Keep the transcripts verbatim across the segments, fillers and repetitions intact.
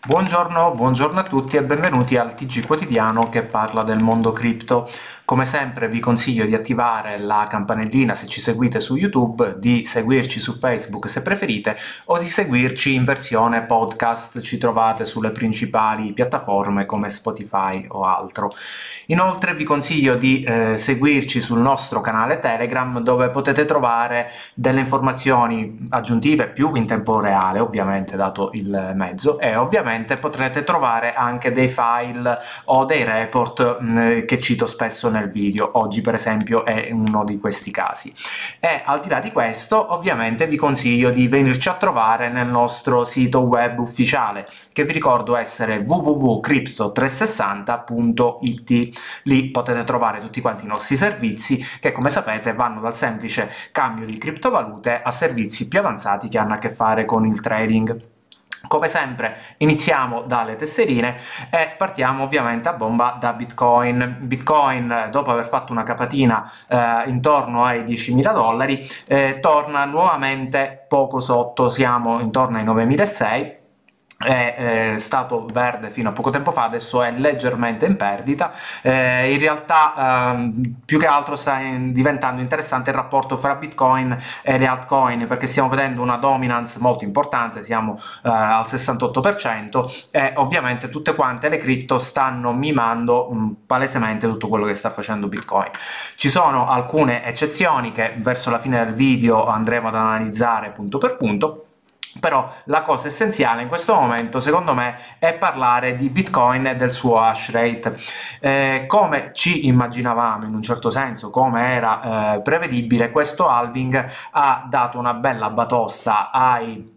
Buongiorno, buongiorno a tutti e benvenuti al T G quotidiano che parla del mondo cripto. Come sempre vi consiglio di attivare la campanellina se ci seguite su YouTube, di seguirci su Facebook se preferite, o di seguirci in versione podcast. Ci trovate sulle principali piattaforme come Spotify o altro. Inoltre vi consiglio di eh, seguirci sul nostro canale Telegram, dove potete trovare delle informazioni aggiuntive più in tempo reale, ovviamente dato il mezzo, e ovviamente potrete trovare anche dei file o dei report mh, che cito spesso nel video. Oggi per esempio è uno di questi casi. E al di là di questo ovviamente vi consiglio di venirci a trovare nel nostro sito web ufficiale, che vi ricordo essere w w w punto crypto trecentosessanta punto i t. Lì potete trovare tutti quanti i nostri servizi che, come sapete, vanno dal semplice cambio di criptovalute a servizi più avanzati che hanno a che fare con il trading. Come sempre iniziamo dalle tesserine e partiamo ovviamente a bomba da Bitcoin. Bitcoin, dopo aver fatto una capatina eh, intorno ai diecimila dollari, eh, torna nuovamente poco sotto, siamo intorno ai novemilaseicento. È eh, stato verde fino a poco tempo fa, adesso è leggermente in perdita. Eh, in realtà ehm, più che altro sta in, diventando interessante il rapporto fra Bitcoin e le altcoin, perché stiamo vedendo una dominance molto importante, siamo eh, al sessantotto per cento, e ovviamente tutte quante le cripto stanno mimando mh, palesemente tutto quello che sta facendo Bitcoin. Ci sono alcune eccezioni che verso la fine del video andremo ad analizzare punto per punto. Però la cosa essenziale in questo momento, secondo me, è parlare di Bitcoin e del suo hash rate. Eh, come ci immaginavamo, in un certo senso, come era eh, prevedibile, questo halving ha dato una bella batosta ai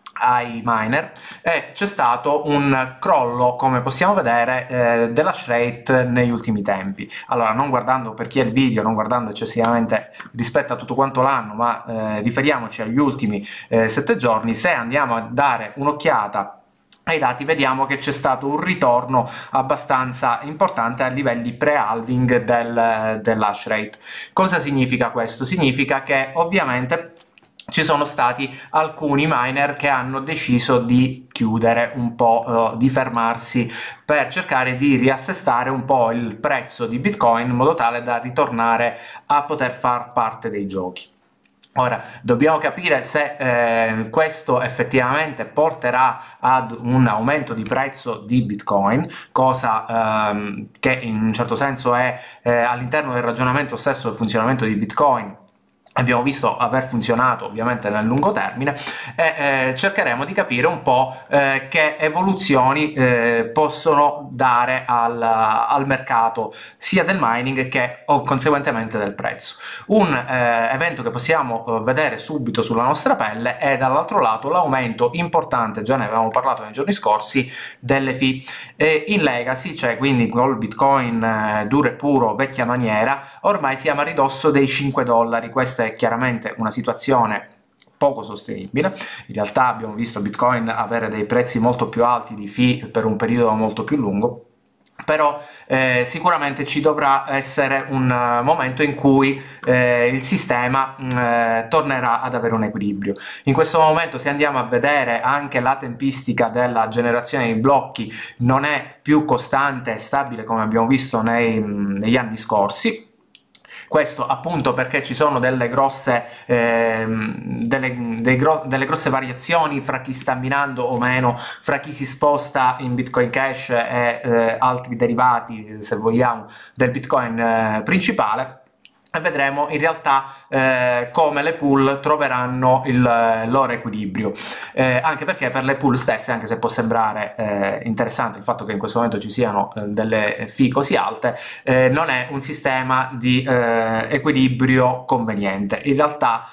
ai miner e c'è stato un crollo, come possiamo vedere, eh, dell'hash rate negli ultimi tempi. Allora, non guardando per chi è il video, non guardando eccessivamente rispetto a tutto quanto l'anno, ma eh, riferiamoci agli ultimi eh, sette giorni, se andiamo a dare un'occhiata ai dati vediamo che c'è stato un ritorno abbastanza importante a livelli pre-halving del, dell'hash rate. Cosa significa questo? Significa che ovviamente ci sono stati alcuni miner che hanno deciso di chiudere un po', uh, di fermarsi per cercare di riassestare un po' il prezzo di Bitcoin in modo tale da ritornare a poter far parte dei giochi. Ora, dobbiamo capire se eh, questo effettivamente porterà ad un aumento di prezzo di Bitcoin, cosa ehm, che in un certo senso è eh, all'interno del ragionamento stesso del funzionamento di Bitcoin. Abbiamo visto aver funzionato ovviamente nel lungo termine e eh, cercheremo di capire un po' eh, che evoluzioni eh, possono dare al, al mercato sia del mining che o conseguentemente del prezzo. Un eh, evento che possiamo eh, vedere subito sulla nostra pelle è dall'altro lato l'aumento importante, già ne avevamo parlato nei giorni scorsi, delle fee. E in legacy, cioè quindi col Bitcoin eh, duro e puro vecchia maniera, ormai siamo a ridosso dei cinque dollari. Questa è chiaramente una situazione poco sostenibile. In realtà abbiamo visto Bitcoin avere dei prezzi molto più alti di fee per un periodo molto più lungo, però eh, sicuramente ci dovrà essere un uh, momento in cui eh, il sistema mh, eh, tornerà ad avere un equilibrio. In questo momento, se andiamo a vedere anche la tempistica della generazione dei blocchi, non è più costante e stabile come abbiamo visto nei, mh, negli anni scorsi. Questo appunto perché ci sono delle grosse, eh, delle, dei gro delle grosse variazioni fra chi sta minando o meno, fra chi si sposta in Bitcoin Cash e eh, altri derivati, se vogliamo, del Bitcoin eh, principale. E vedremo in realtà eh, come le pool troveranno il loro equilibrio, eh, anche perché per le pool stesse, anche se può sembrare eh, interessante il fatto che in questo momento ci siano eh, delle fee così alte, eh, non è un sistema di eh, equilibrio conveniente. In realtà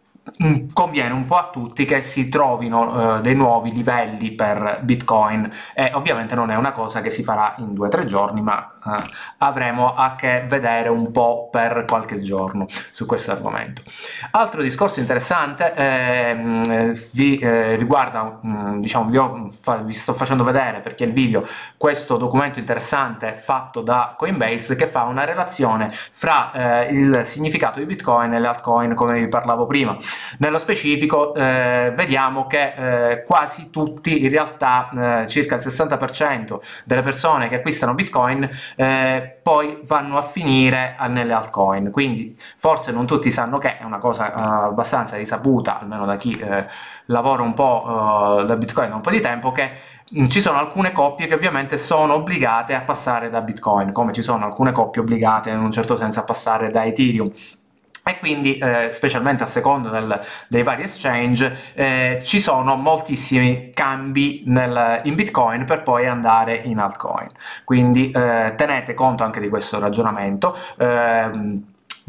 conviene un po' a tutti che si trovino eh, dei nuovi livelli per Bitcoin, e ovviamente non è una cosa che si farà in due o tre giorni, ma eh, avremo a che vedere un po' per qualche giorno su questo argomento. Altro discorso interessante eh, vi eh, riguarda, mh, diciamo, vi, ho, fa, vi sto facendo vedere perché il video, questo documento interessante fatto da Coinbase che fa una relazione fra eh, il significato di Bitcoin e le altcoin, come vi parlavo prima. Nello specifico eh, vediamo che eh, quasi tutti, in realtà eh, circa il sessanta per cento delle persone che acquistano Bitcoin eh, poi vanno a finire nelle altcoin, quindi forse non tutti sanno che è una cosa eh, abbastanza risaputa, almeno da chi eh, lavora un po' eh, da Bitcoin da un po' di tempo, che ci sono alcune coppie che ovviamente sono obbligate a passare da Bitcoin, come ci sono alcune coppie obbligate in un certo senso a passare da Ethereum. E quindi, eh, specialmente a seconda del, dei vari exchange, eh, ci sono moltissimi cambi nel, in Bitcoin per poi andare in altcoin. Quindi eh, tenete conto anche di questo ragionamento. Eh,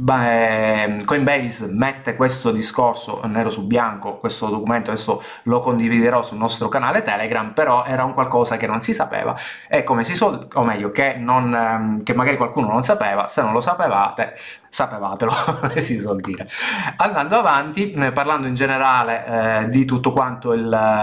Beh, Coinbase mette questo discorso nero su bianco, questo documento adesso lo condividerò sul nostro canale Telegram, però era un qualcosa che non si sapeva e come si suol, o meglio che, non, che magari qualcuno non sapeva, se non lo sapevate sapevatelo, si suol dire. Andando avanti, parlando in generale eh, di tutto quanto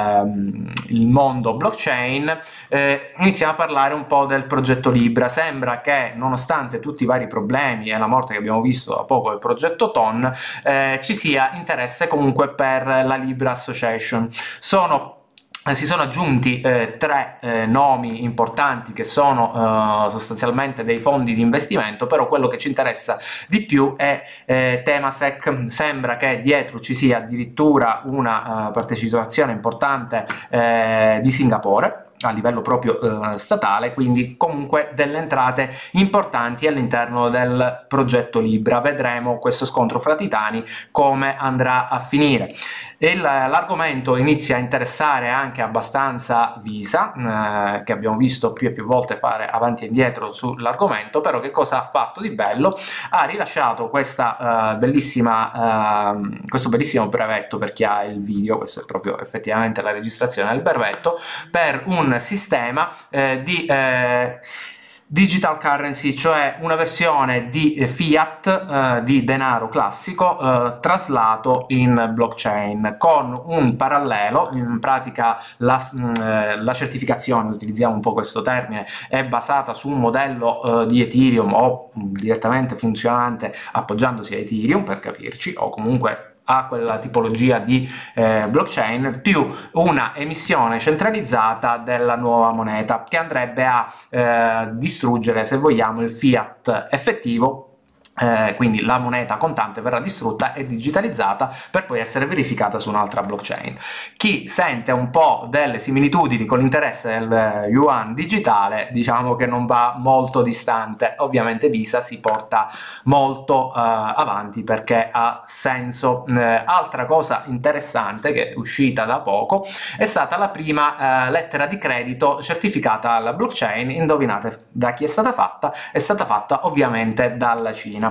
il, il mondo blockchain, eh, iniziamo a parlare un po' del progetto Libra. Sembra che nonostante tutti i vari problemi e la morte che abbiamo visto da poco del progetto Ton, eh, ci sia interesse comunque per la Libra Association. Sono si sono aggiunti eh, tre eh, nomi importanti che sono eh, sostanzialmente dei fondi di investimento, però quello che ci interessa di più è eh, Temasek. Sembra che dietro ci sia addirittura una uh, partecipazione importante eh, di Singapore a livello proprio eh, statale, quindi comunque delle entrate importanti all'interno del progetto Libra. Vedremo questo scontro fra titani come andrà a finire. L'argomento inizia a interessare anche abbastanza Visa, eh, che abbiamo visto più e più volte fare avanti e indietro sull'argomento, però che cosa ha fatto di bello? Ha rilasciato questa, uh, bellissima, uh, questo bellissimo brevetto, per chi ha il video, questo è proprio effettivamente la registrazione del brevetto, per un sistema eh, di eh, digital currency, cioè una versione di fiat, eh, di denaro classico, eh, traslato in blockchain, con un parallelo. In pratica la, eh, la certificazione, utilizziamo un po' questo termine, è basata su un modello eh, di Ethereum o mh, direttamente funzionante appoggiandosi a Ethereum, per capirci, o comunque a quella tipologia di eh, blockchain, più una emissione centralizzata della nuova moneta che andrebbe a eh, distruggere, se vogliamo, il fiat effettivo. Eh, quindi la moneta contante verrà distrutta e digitalizzata per poi essere verificata su un'altra blockchain. Chi sente un po' delle similitudini con l'interesse del yuan digitale, diciamo che non va molto distante. Ovviamente Visa si porta molto eh, avanti perché ha senso. Eh, altra cosa interessante che è uscita da poco è stata la prima eh, lettera di credito certificata alla blockchain. Indovinate da chi è stata fatta? È stata fatta ovviamente dalla Cina.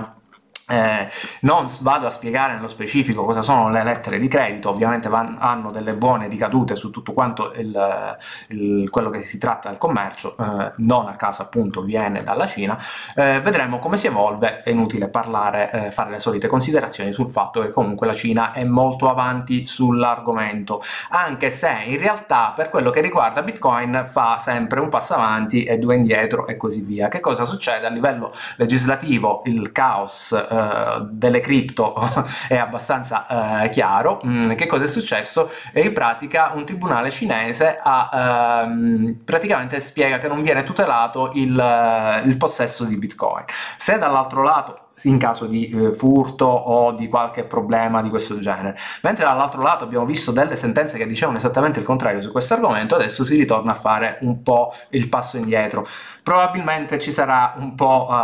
Eh, non vado a spiegare nello specifico cosa sono le lettere di credito, ovviamente van, hanno delle buone ricadute su tutto quanto il, il, quello che si tratta del commercio, eh, non a caso appunto viene dalla Cina. Eh, vedremo come si evolve. È inutile parlare, eh, fare le solite considerazioni sul fatto che comunque la Cina è molto avanti sull'argomento, anche se in realtà per quello che riguarda Bitcoin fa sempre un passo avanti e due indietro e così via. Che cosa succede a livello legislativo? Il caos eh, delle cripto è abbastanza eh, chiaro. Mm, che cosa è successo? E in pratica un tribunale cinese ha, ehm, praticamente spiega che non viene tutelato il, il possesso di Bitcoin. Se dall'altro lato, in caso di eh, furto o di qualche problema di questo genere, mentre dall'altro lato abbiamo visto delle sentenze che dicevano esattamente il contrario su questo argomento, adesso si ritorna a fare un po' il passo indietro. Probabilmente ci sarà un po' uh,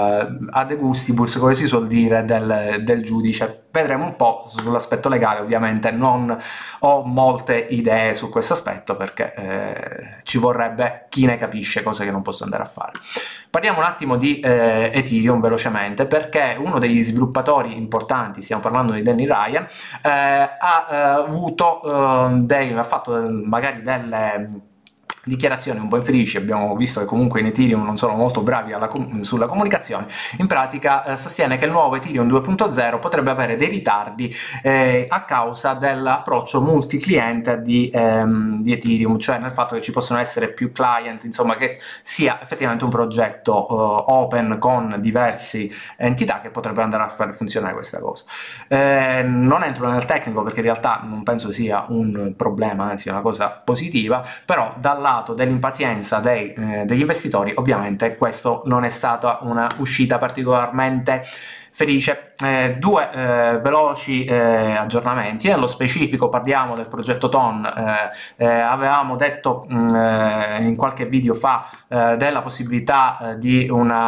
a de gustibus, come si suol dire, del, del giudice. Vedremo un po' sull'aspetto legale. Ovviamente non ho molte idee su questo aspetto perché eh, ci vorrebbe chi ne capisce, cose che non posso andare a fare. Parliamo un attimo di eh, Ethereum velocemente, perché uno degli sviluppatori importanti, stiamo parlando di Danny Ryan, eh, ha eh, avuto eh, dei, ha fatto magari delle dichiarazioni un po' infelici, abbiamo visto che comunque in Ethereum non sono molto bravi alla com sulla comunicazione. In pratica eh, sostiene che il nuovo Ethereum due punto zero potrebbe avere dei ritardi eh, a causa dell'approccio multi-cliente di, ehm, di Ethereum, cioè nel fatto che ci possono essere più client, insomma che sia effettivamente un progetto eh, open con diverse entità che potrebbero andare a far funzionare questa cosa. Eh, non entro nel tecnico perché in realtà non penso sia un problema, anzi è una cosa positiva, però dal lato dell'impazienza dei, eh, degli investitori ovviamente questo non è stata una uscita particolarmente felice. Eh, due eh, veloci eh, aggiornamenti, nello specifico parliamo del progetto Ton. eh, eh, avevamo detto mh, eh, in qualche video fa eh, della possibilità eh, di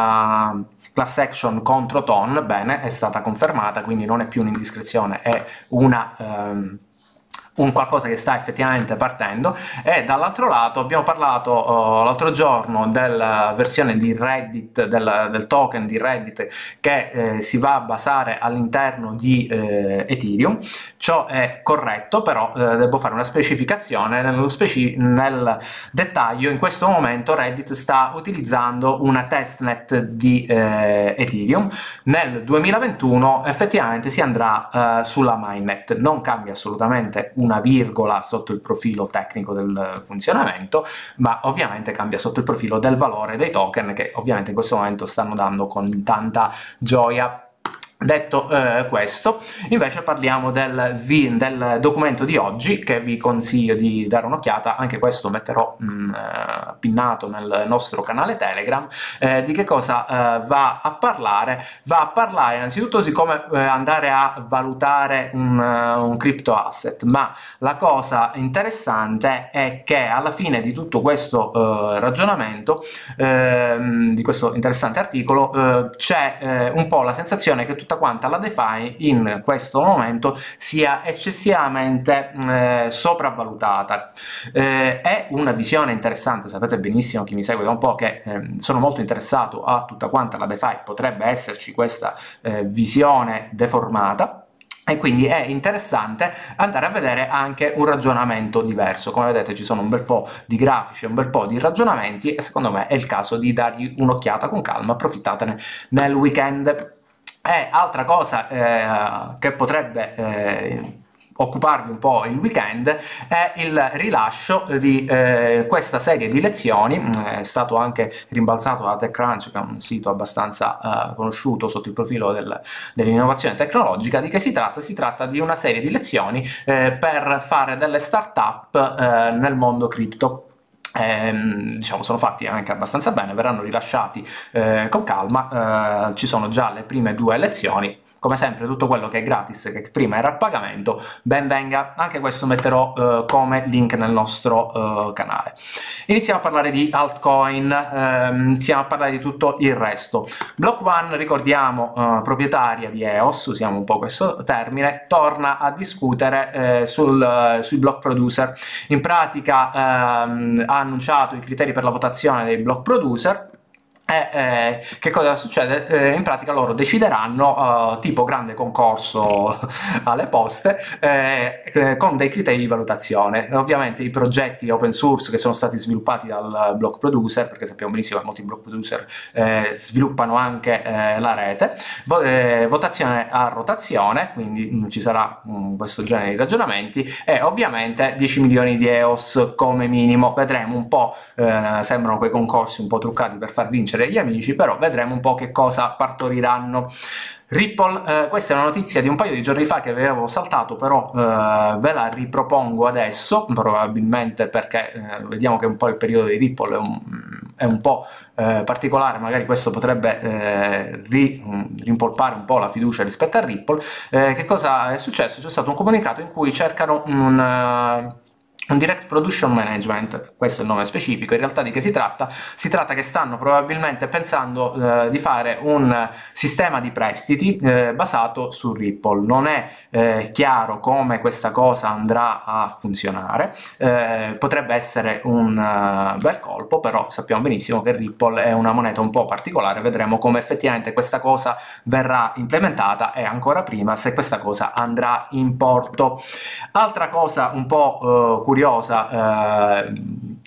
una class action contro Ton. Bene, è stata confermata, quindi non è più un'indiscrezione, è una ehm, un qualcosa che sta effettivamente partendo. E dall'altro lato abbiamo parlato uh, l'altro giorno della versione di Reddit, del, del token di Reddit che eh, si va a basare all'interno di eh, Ethereum. Ciò è corretto, però eh, devo fare una specificazione. Nello speci nel dettaglio, in questo momento Reddit sta utilizzando una testnet di eh, Ethereum. Nel duemilaventuno effettivamente si andrà eh, sulla mainnet. Non cambia assolutamente una virgola sotto il profilo tecnico del funzionamento, ma ovviamente cambia sotto il profilo del valore dei token, che ovviamente in questo momento stanno dando con tanta gioia. Detto eh, questo, invece parliamo del, del documento di oggi, che vi consiglio di dare un'occhiata. Anche questo metterò mh, eh, pinnato nel nostro canale Telegram. Eh, di che cosa eh, va a parlare? Va a parlare innanzitutto di come eh, andare a valutare un, uh, un crypto asset, ma la cosa interessante è che alla fine di tutto questo uh, ragionamento, eh, di questo interessante articolo, eh, c'è eh, un po' la sensazione che tutta quanta la DeFi in questo momento sia eccessivamente eh, sopravvalutata. Eh, è una visione interessante. Sapete benissimo, chi mi segue da un po', che eh, sono molto interessato a tutta quanta la DeFi. Potrebbe esserci questa eh, visione deformata, e quindi è interessante andare a vedere anche un ragionamento diverso. Come vedete ci sono un bel po' di grafici, un bel po' di ragionamenti, e secondo me è il caso di dargli un'occhiata con calma. Approfittatene nel weekend. E altra cosa eh, che potrebbe eh, occuparvi un po' il weekend è il rilascio di eh, questa serie di lezioni. È stato anche rimbalzato da TechCrunch, che è un sito abbastanza eh, conosciuto sotto il profilo del, dell'innovazione tecnologica. Di che si tratta? Si tratta di una serie di lezioni eh, per fare delle start-up eh, nel mondo cripto. Eh, diciamo sono fatti anche abbastanza bene, verranno rilasciati eh, con calma. Eh, ci sono già le prime due lezioni. Come sempre tutto quello che è gratis, che prima era a pagamento, ben venga. Anche questo metterò eh, come link nel nostro eh, canale. Iniziamo a parlare di altcoin, eh, iniziamo a parlare di tutto il resto. Block One, ricordiamo, eh, proprietaria di E O S, usiamo un po' questo termine, torna a discutere eh, sul, eh, sui block producer. In pratica ehm, ha annunciato i criteri per la votazione dei block producer. E eh, che cosa succede? Eh, in pratica loro decideranno, uh, tipo grande concorso alle poste, eh, eh, con dei criteri di valutazione. Ovviamente i progetti open source che sono stati sviluppati dal block producer, perché sappiamo benissimo che molti block producer eh, sviluppano anche eh, la rete, vo eh, votazione a rotazione, quindi mh, ci sarà mh, questo genere di ragionamenti, e ovviamente dieci milioni di E O S come minimo. Vedremo un po', eh, sembrano quei concorsi un po' truccati per far vincere gli amici, però vedremo un po' che cosa partoriranno. Ripple, eh, questa è una notizia di un paio di giorni fa che avevo saltato, però eh, ve la ripropongo adesso, probabilmente perché eh, vediamo che un po' il periodo di Ripple è un, è un po' eh, particolare. Magari questo potrebbe eh, ri, rimpolpare un po' la fiducia rispetto a Ripple. Eh, che cosa è successo? C'è stato un comunicato in cui cercano un... Uh, un Direct Production Management, questo è il nome specifico. In realtà di che si tratta? Si tratta che stanno probabilmente pensando eh, di fare un sistema di prestiti eh, basato su Ripple. Non è eh, chiaro come questa cosa andrà a funzionare, eh, potrebbe essere un uh, bel colpo, però sappiamo benissimo che Ripple è una moneta un po' particolare. Vedremo come effettivamente questa cosa verrà implementata, e ancora prima se questa cosa andrà in porto. Altra cosa un po' uh, curiosa, eh,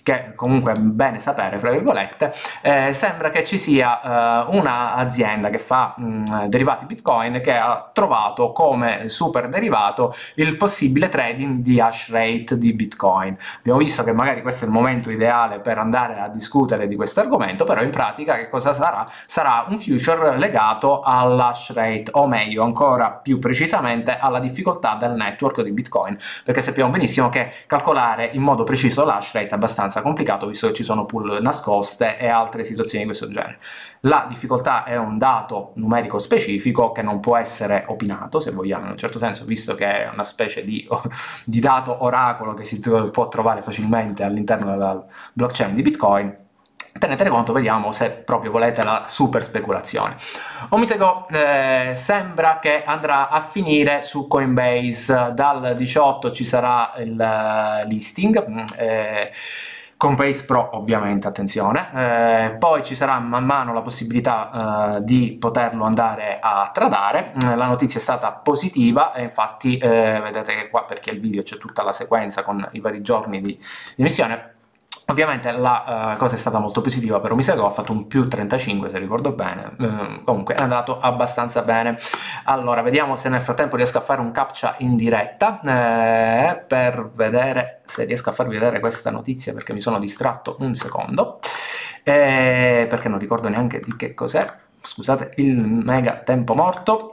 che comunque è bene sapere, fra virgolette, eh, sembra che ci sia eh, una azienda che fa mh, derivati Bitcoin che ha trovato come super derivato il possibile trading di hash rate di Bitcoin. Abbiamo visto che magari questo è il momento ideale per andare a discutere di questo argomento, però in pratica che cosa sarà? Sarà un future legato all'hash rate, o meglio ancora più precisamente alla difficoltà del network di Bitcoin, perché sappiamo benissimo che calcolare in modo preciso l'hash rate è abbastanza complicato, visto che ci sono pool nascoste e altre situazioni di questo genere. La difficoltà è un dato numerico specifico che non può essere opinato, se vogliamo, in un certo senso, visto che è una specie di, di dato oracolo che si può trovare facilmente all'interno della blockchain di Bitcoin. Tenete conto, vediamo se proprio volete la super speculazione. Omisego eh, sembra che andrà a finire su Coinbase. Dal diciotto ci sarà il uh, listing, eh, Coinbase Pro ovviamente, attenzione, eh, poi ci sarà man mano la possibilità eh, di poterlo andare a tradare. La notizia è stata positiva e infatti eh, vedete che qua, perché il video c'è tutta la sequenza con i vari giorni di, di emissione. Ovviamente la uh, cosa è stata molto positiva per Omisego, ha fatto un più trentacinque se ricordo bene, uh, comunque è andato abbastanza bene. Allora vediamo se nel frattempo riesco a fare un captcha in diretta eh, per vedere se riesco a farvi vedere questa notizia, perché mi sono distratto un secondo, eh, perché non ricordo neanche di che cos'è, scusate il mega tempo morto.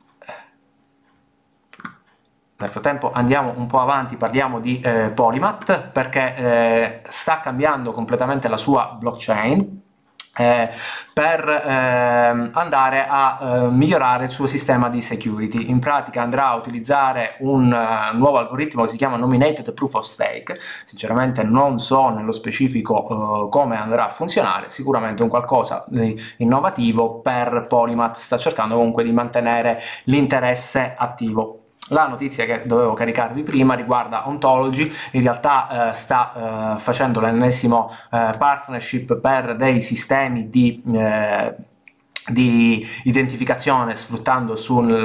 Nel frattempo andiamo un po' avanti, parliamo di eh, Polymath, perché eh, sta cambiando completamente la sua blockchain eh, per eh, andare a eh, migliorare il suo sistema di security. In pratica andrà a utilizzare un uh, nuovo algoritmo che si chiama Nominated Proof of Stake. Sinceramente non so nello specifico uh, come andrà a funzionare, sicuramente un qualcosa di innovativo per Polymath, sta cercando comunque di mantenere l'interesse attivo. La notizia che dovevo caricarvi prima riguarda Ontology, in realtà eh, sta eh, facendo l'ennesimo eh, partnership per dei sistemi di, eh, di identificazione sfruttando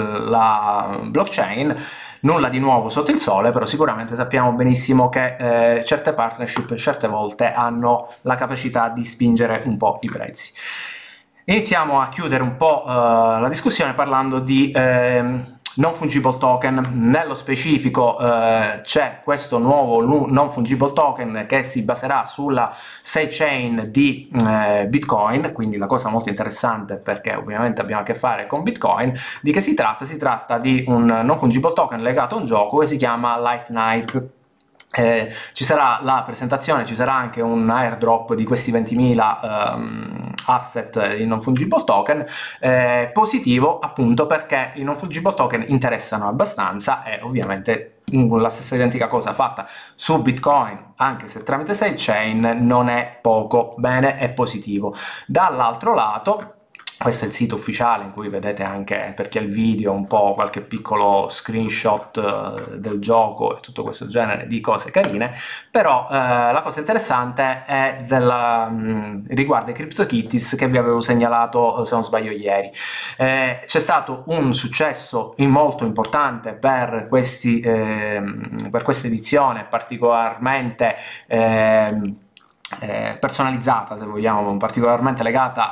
sulla blockchain. Nulla di nuovo sotto il sole, però sicuramente sappiamo benissimo che eh, certe partnership certe volte hanno la capacità di spingere un po' i prezzi. Iniziamo a chiudere un po' eh, la discussione parlando di eh, non fungible token. Nello specifico eh, c'è questo nuovo non fungible token che si baserà sulla sidechain di eh, Bitcoin, quindi la cosa molto interessante, perché ovviamente abbiamo a che fare con Bitcoin. Di che si tratta? Si tratta di un non fungible token legato a un gioco che si chiama Light Night. Eh, ci sarà la presentazione, ci sarà anche un airdrop di questi ventimila um, asset di non fungible token, eh, positivo appunto perché i non fungible token interessano abbastanza, e ovviamente la stessa identica cosa fatta su Bitcoin, anche se tramite sidechain, non è poco bene e positivo. Dall'altro lato, questo è il sito ufficiale in cui vedete anche, per chi ha il video, un po' qualche piccolo screenshot uh, del gioco e tutto questo genere di cose carine, però uh, la cosa interessante è della, um, riguarda i CryptoKitties che vi avevo segnalato, se non sbaglio, ieri. Eh, c'è stato un successo molto importante per, questi, eh, per questa edizione, particolarmente Eh, Eh, personalizzata, se vogliamo, particolarmente legata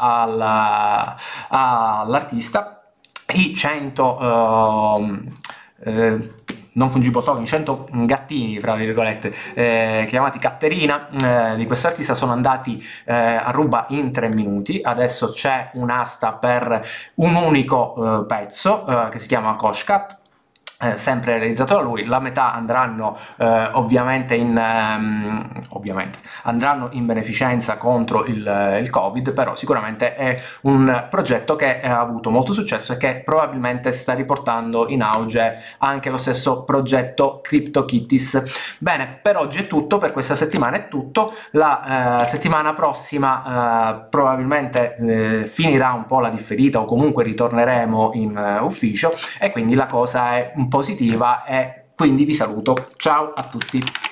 all'artista. I cento eh, eh, non fungible token, cento gattini, fra virgolette, eh, chiamati Caterina, eh, di questo artista sono andati eh, a ruba in tre minuti. Adesso c'è un'asta per un unico eh, pezzo eh, che si chiama Koshkat, Eh, sempre realizzato da lui. La metà andranno eh, ovviamente in ehm, ovviamente andranno in beneficenza contro il, il Covid, però sicuramente è un progetto che ha avuto molto successo e che probabilmente sta riportando in auge anche lo stesso progetto CryptoKitties. Bene, per oggi è tutto, per questa settimana è tutto. La eh, settimana prossima eh, probabilmente eh, finirà un po' la differita, o comunque ritorneremo in uh, ufficio, e quindi la cosa è un positiva, e quindi vi saluto. Ciao a tutti.